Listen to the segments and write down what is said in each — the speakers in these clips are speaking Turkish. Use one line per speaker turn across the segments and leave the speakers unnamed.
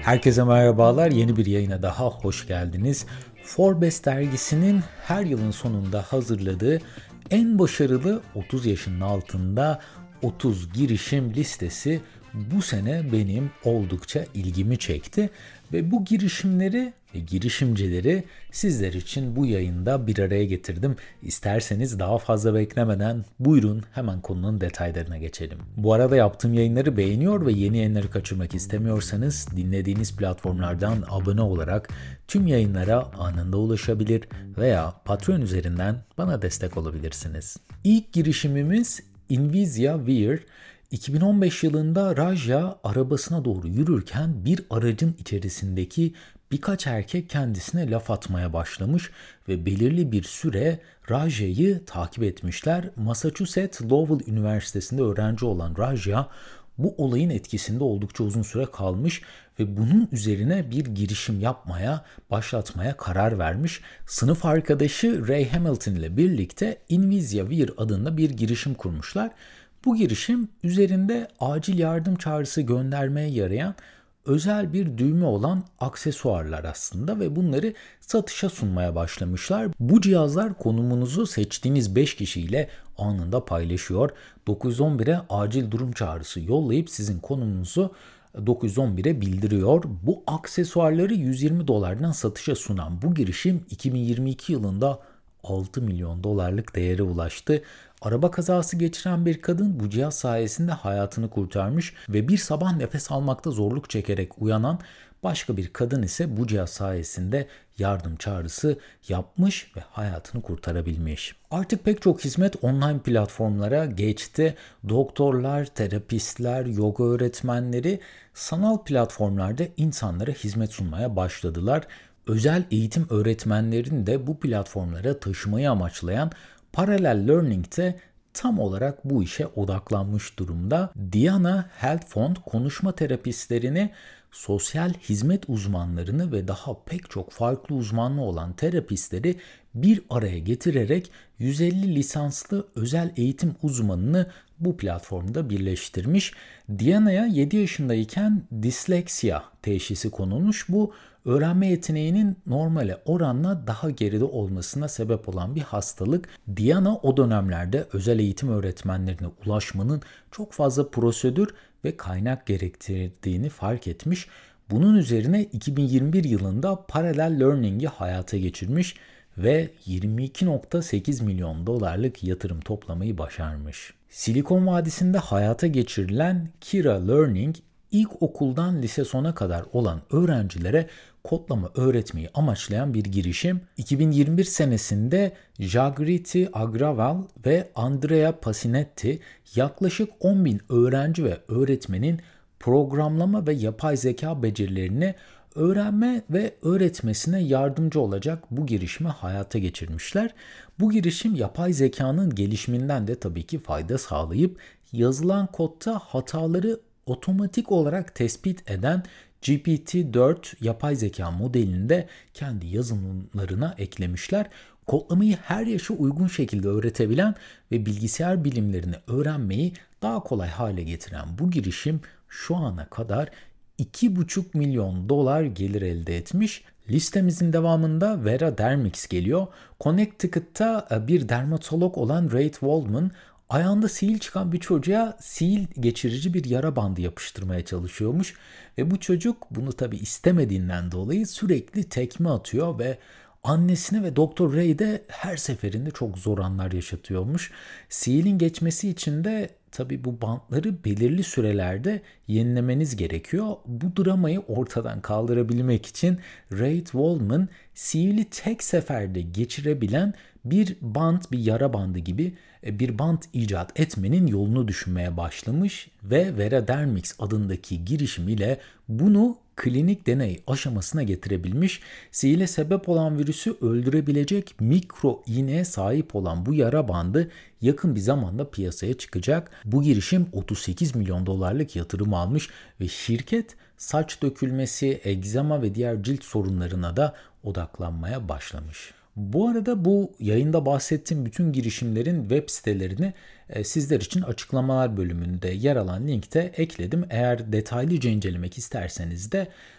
Herkese merhabalar. Yeni bir yayına daha hoş geldiniz. Forbes dergisinin her yılın sonunda hazırladığı en başarılı 30 yaşının altında 30 girişim listesi bu sene benim oldukça ilgimi çekti ve bu girişimleri ve girişimcileri sizler için bu yayında bir araya getirdim. İsterseniz daha fazla beklemeden buyurun hemen konunun detaylarına geçelim. Bu arada yaptığım yayınları beğeniyor ve yeni yayınları kaçırmak istemiyorsanız dinlediğiniz platformlardan abone olarak tüm yayınlara anında ulaşabilir veya Patreon üzerinden bana destek olabilirsiniz. İlk girişimimiz Invisia Wear. 2015 yılında Raja arabasına doğru yürürken bir aracın içerisindeki birkaç erkek kendisine laf atmaya başlamış ve belirli bir süre Raja'yı takip etmişler. Massachusetts Lowell Üniversitesi'nde öğrenci olan Raja bu olayın etkisinde oldukça uzun süre kalmış ve bunun üzerine bir girişim başlatmaya karar vermiş. Sınıf arkadaşı Ray Hamilton ile birlikte Invisia Wear adında bir girişim kurmuşlar. Bu girişim üzerinde acil yardım çağrısı göndermeye yarayan özel bir düğme olan aksesuarlar aslında ve bunları satışa sunmaya başlamışlar. Bu cihazlar konumunuzu seçtiğiniz 5 kişiyle anında paylaşıyor. 911'e acil durum çağrısı yollayıp sizin konumunuzu 911'e bildiriyor. Bu aksesuarları $120'dan satışa sunan bu girişim 2022 yılında $6 milyon değere ulaştı. Araba kazası geçiren bir kadın bu cihaz sayesinde hayatını kurtarmış ve bir sabah nefes almakta zorluk çekerek uyanan başka bir kadın ise bu cihaz sayesinde yardım çağrısı yapmış ve hayatını kurtarabilmiş. Artık pek çok hizmet online platformlara geçti. Doktorlar, terapistler, yoga öğretmenleri sanal platformlarda insanlara hizmet sunmaya başladılar. Özel eğitim öğretmenlerini de bu platformlara taşımayı amaçlayan Parallel Learning de tam olarak bu işe odaklanmış durumda. Diana Health Fund konuşma terapistlerini, sosyal hizmet uzmanlarını ve daha pek çok farklı uzmanlığı olan terapistleri bir araya getirerek 150 lisanslı özel eğitim uzmanını bu platformda birleştirmiş. Diana'ya 7 yaşındayken disleksiya teşhisi konulmuş. Bu öğrenme yeteneğinin normale oranla daha geride olmasına sebep olan bir hastalık. Diana o dönemlerde özel eğitim öğretmenlerine ulaşmanın çok fazla prosedür ve kaynak gerektirdiğini fark etmiş. Bunun üzerine 2021 yılında Parallel Learning'i hayata geçirmiş ve $22.8 milyon yatırım toplamayı başarmış. Silikon Vadisi'nde hayata geçirilen Kira Learning, ilkokuldan lise sona kadar olan öğrencilere kodlama öğretmeyi amaçlayan bir girişim. 2021 senesinde Jagriti Agraval ve Andrea Pasinetti yaklaşık 10.000 öğrenci ve öğretmenin programlama ve yapay zeka becerilerini öğrenme ve öğretmesine yardımcı olacak bu girişimi hayata geçirmişler. Bu girişim yapay zekanın gelişiminden de tabii ki fayda sağlayıp yazılan kodda hataları otomatik olarak tespit eden GPT-4 yapay zeka modelini de kendi yazılımlarına eklemişler. Kodlamayı her yaşa uygun şekilde öğretebilen ve bilgisayar bilimlerini öğrenmeyi daha kolay hale getiren bu girişim şu ana kadar $2,5 milyon gelir elde etmiş. Listemizin devamında Vera Dermix geliyor. Connecticut'ta bir dermatolog olan Ray Waldman ayağında sihir çıkan bir çocuğa sihir geçirici bir yara bandı yapıştırmaya çalışıyormuş. Ve bu çocuk bunu tabii istemediğinden dolayı sürekli tekme atıyor ve annesine ve Doktor Ray de her seferinde çok zor anlar yaşatıyormuş. Sihirin geçmesi için de tabii bu bantları belirli sürelerde yenilemeniz gerekiyor. Bu dramayı ortadan kaldırabilmek için Ray Waldman sihiri tek seferde geçirebilen bir bant, bir yara bandı gibi bir bant icat etmenin yolunu düşünmeye başlamış ve Vera Dermix adındaki girişimiyle bunu klinik deney aşamasına getirebilmiş. Sihire sebep olan virüsü öldürebilecek mikro iğneye sahip olan bu yara bandı yakın bir zamanda piyasaya çıkacak. Bu girişim $38 milyon yatırım almış ve şirket saç dökülmesi, egzama ve diğer cilt sorunlarına da odaklanmaya başlamış. Bu arada bu yayında bahsettiğim bütün girişimlerin web sitelerini sizler için açıklamalar bölümünde yer alan linkte ekledim. Eğer detaylıca incelemek isterseniz de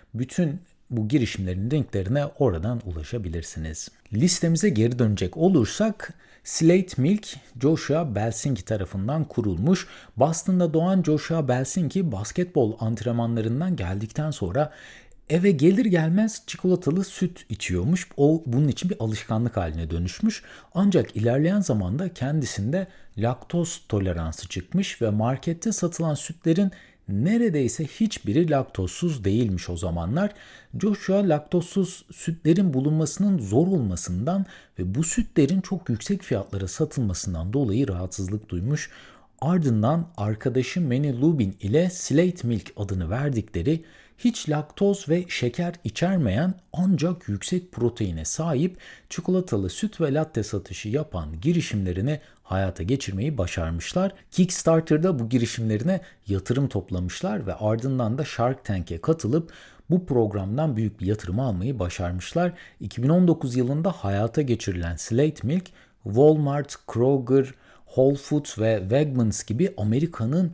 Bütün bu girişimlerin linklerine oradan ulaşabilirsiniz. Listemize geri dönecek olursak Slate Milk, Joshua Belsinki tarafından kurulmuş. Boston'da doğan Joshua Belsinki basketbol antrenmanlarından geldikten sonra eve gelir gelmez çikolatalı süt içiyormuş. O bunun için bir alışkanlık haline dönüşmüş. Ancak ilerleyen zamanda kendisinde laktoz toleransı çıkmış ve markette satılan sütlerin neredeyse hiçbiri laktozsuz değilmiş o zamanlar. Joshua laktozsuz sütlerin bulunmasının zor olmasından ve bu sütlerin çok yüksek fiyatlara satılmasından dolayı rahatsızlık duymuş. Ardından arkadaşı Manny Lubin ile Slate Milk adını verdikleri hiç laktoz ve şeker içermeyen ancak yüksek proteine sahip çikolatalı süt ve latte satışı yapan girişimlerini hayata geçirmeyi başarmışlar. Kickstarter'da bu girişimlerine yatırım toplamışlar ve ardından da Shark Tank'e katılıp bu programdan büyük bir yatırım almayı başarmışlar. 2019 yılında hayata geçirilen Slate Milk, Walmart, Kroger, Whole Foods ve Wegmans gibi Amerika'nın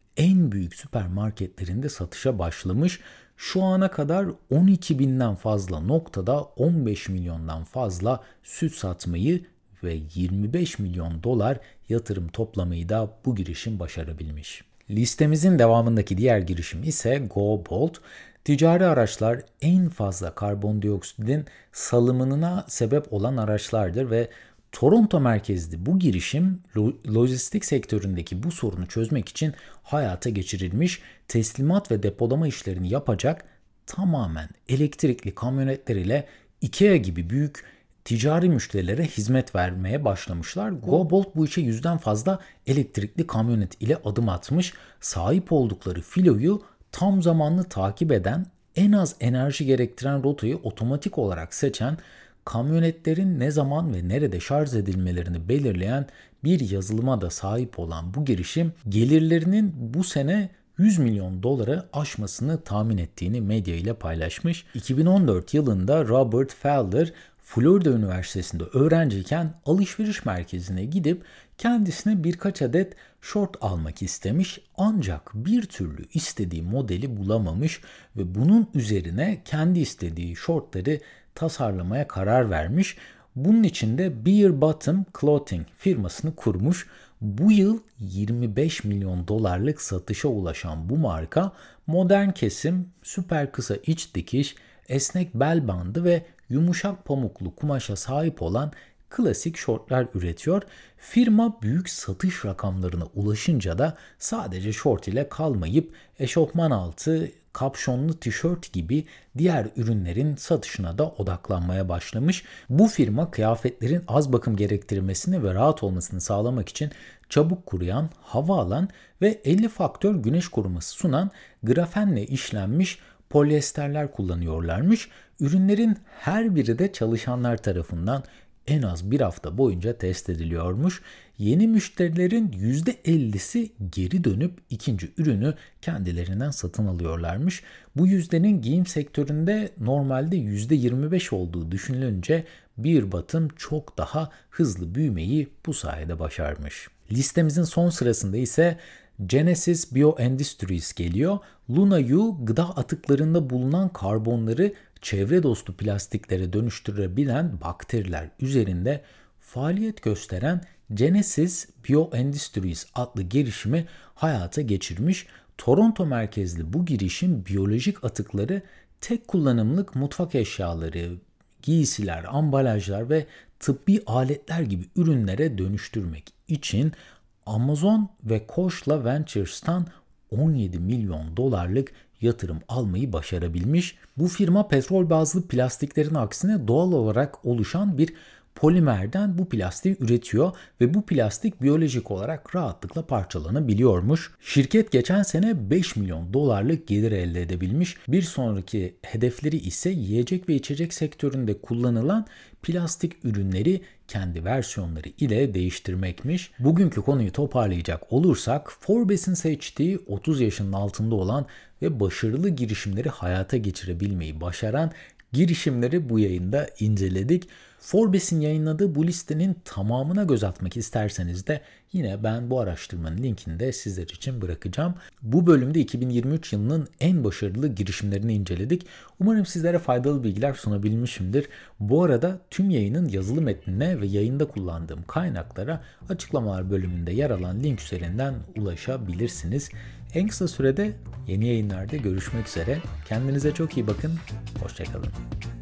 en büyük süpermarketlerinde satışa başlamış. Şu ana kadar 12 binden fazla noktada 15 milyondan fazla süt satmayı ve 25 milyon dolar yatırım toplamayı da bu girişim başarabilmiş. Listemizin devamındaki diğer girişim ise GoBolt. Ticari araçlar en fazla karbondioksitin salımına sebep olan araçlardır ve Toronto merkezli bu girişim lojistik sektöründeki bu sorunu çözmek için hayata geçirilmiş, teslimat ve depolama işlerini yapacak tamamen elektrikli kamyonetler ile IKEA gibi büyük ticari müşterilere hizmet vermeye başlamışlar. GoBolt bu işe 100'den fazla elektrikli kamyonet ile adım atmış. Sahip oldukları filoyu tam zamanlı takip eden, en az enerji gerektiren rotayı otomatik olarak seçen, kamyonetlerin ne zaman ve nerede şarj edilmelerini belirleyen bir yazılıma da sahip olan bu girişim gelirlerinin bu sene 100 milyon doları aşmasını tahmin ettiğini medya ile paylaşmış. 2014 yılında Robert Felder Florida Üniversitesi'nde öğrenciyken alışveriş merkezine gidip kendisine birkaç adet şort almak istemiş ancak bir türlü istediği modeli bulamamış ve bunun üzerine kendi istediği şortları tasarlamaya karar vermiş. Bunun için de Bear Bottom Clothing firmasını kurmuş. Bu yıl 25 milyon dolarlık satışa ulaşan bu marka modern kesim, süper kısa iç dikiş, esnek bel bandı ve yumuşak pamuklu kumaşa sahip olan klasik şortlar üretiyor. Firma büyük satış rakamlarına ulaşınca da sadece şort ile kalmayıp eşofman altı, kapşonlu tişört gibi diğer ürünlerin satışına da odaklanmaya başlamış. Bu firma kıyafetlerin az bakım gerektirmesini ve rahat olmasını sağlamak için çabuk kuruyan, hava alan ve 50 faktör güneş koruması sunan grafenle işlenmiş polyesterler kullanıyorlarmış. Ürünlerin her biri de çalışanlar tarafından en az bir hafta boyunca test ediliyormuş. Yeni müşterilerin %50'si geri dönüp ikinci ürünü kendilerinden satın alıyorlarmış. Bu yüzdenin giyim sektöründe normalde %25 olduğu düşünülünce Bear Bottom çok daha hızlı büyümeyi bu sayede başarmış. Listemizin son sırasında ise Genesis Bioindustries geliyor. Luna-U gıda atıklarında bulunan karbonları çevre dostu plastiklere dönüştürebilen bakteriler üzerinde faaliyet gösteren Genesis Bioindustries adlı girişimi hayata geçirmiş. Toronto merkezli bu girişim biyolojik atıkları tek kullanımlık mutfak eşyaları, giysiler, ambalajlar ve tıbbi aletler gibi ürünlere dönüştürmek için Amazon ve Kochla Ventures'tan 17 milyon dolarlık yatırım almayı başarabilmiş. Bu firma petrol bazlı plastiklerin aksine doğal olarak oluşan bir polimerden bu plastiği üretiyor ve bu plastik biyolojik olarak rahatlıkla parçalanabiliyormuş. Şirket geçen sene 5 milyon dolarlık gelir elde edebilmiş. Bir sonraki hedefleri ise yiyecek ve içecek sektöründe kullanılan plastik ürünleri kendi versiyonları ile değiştirmekmiş. Bugünkü konuyu toparlayacak olursak Forbes'in seçtiği 30 yaşının altında olan ve başarılı girişimleri hayata geçirebilmeyi başaran girişimleri bu yayında inceledik. Forbes'in yayınladığı bu listenin tamamına göz atmak isterseniz de yine ben bu araştırmanın linkini de sizler için bırakacağım. Bu bölümde 2023 yılının en başarılı girişimlerini inceledik. Umarım sizlere faydalı bilgiler sunabilmişimdir. Bu arada tüm yayının yazılı metnine ve yayında kullandığım kaynaklara açıklamalar bölümünde yer alan link üzerinden ulaşabilirsiniz. En kısa sürede yeni yayınlarda görüşmek üzere. Kendinize çok iyi bakın. Hoşça kalın.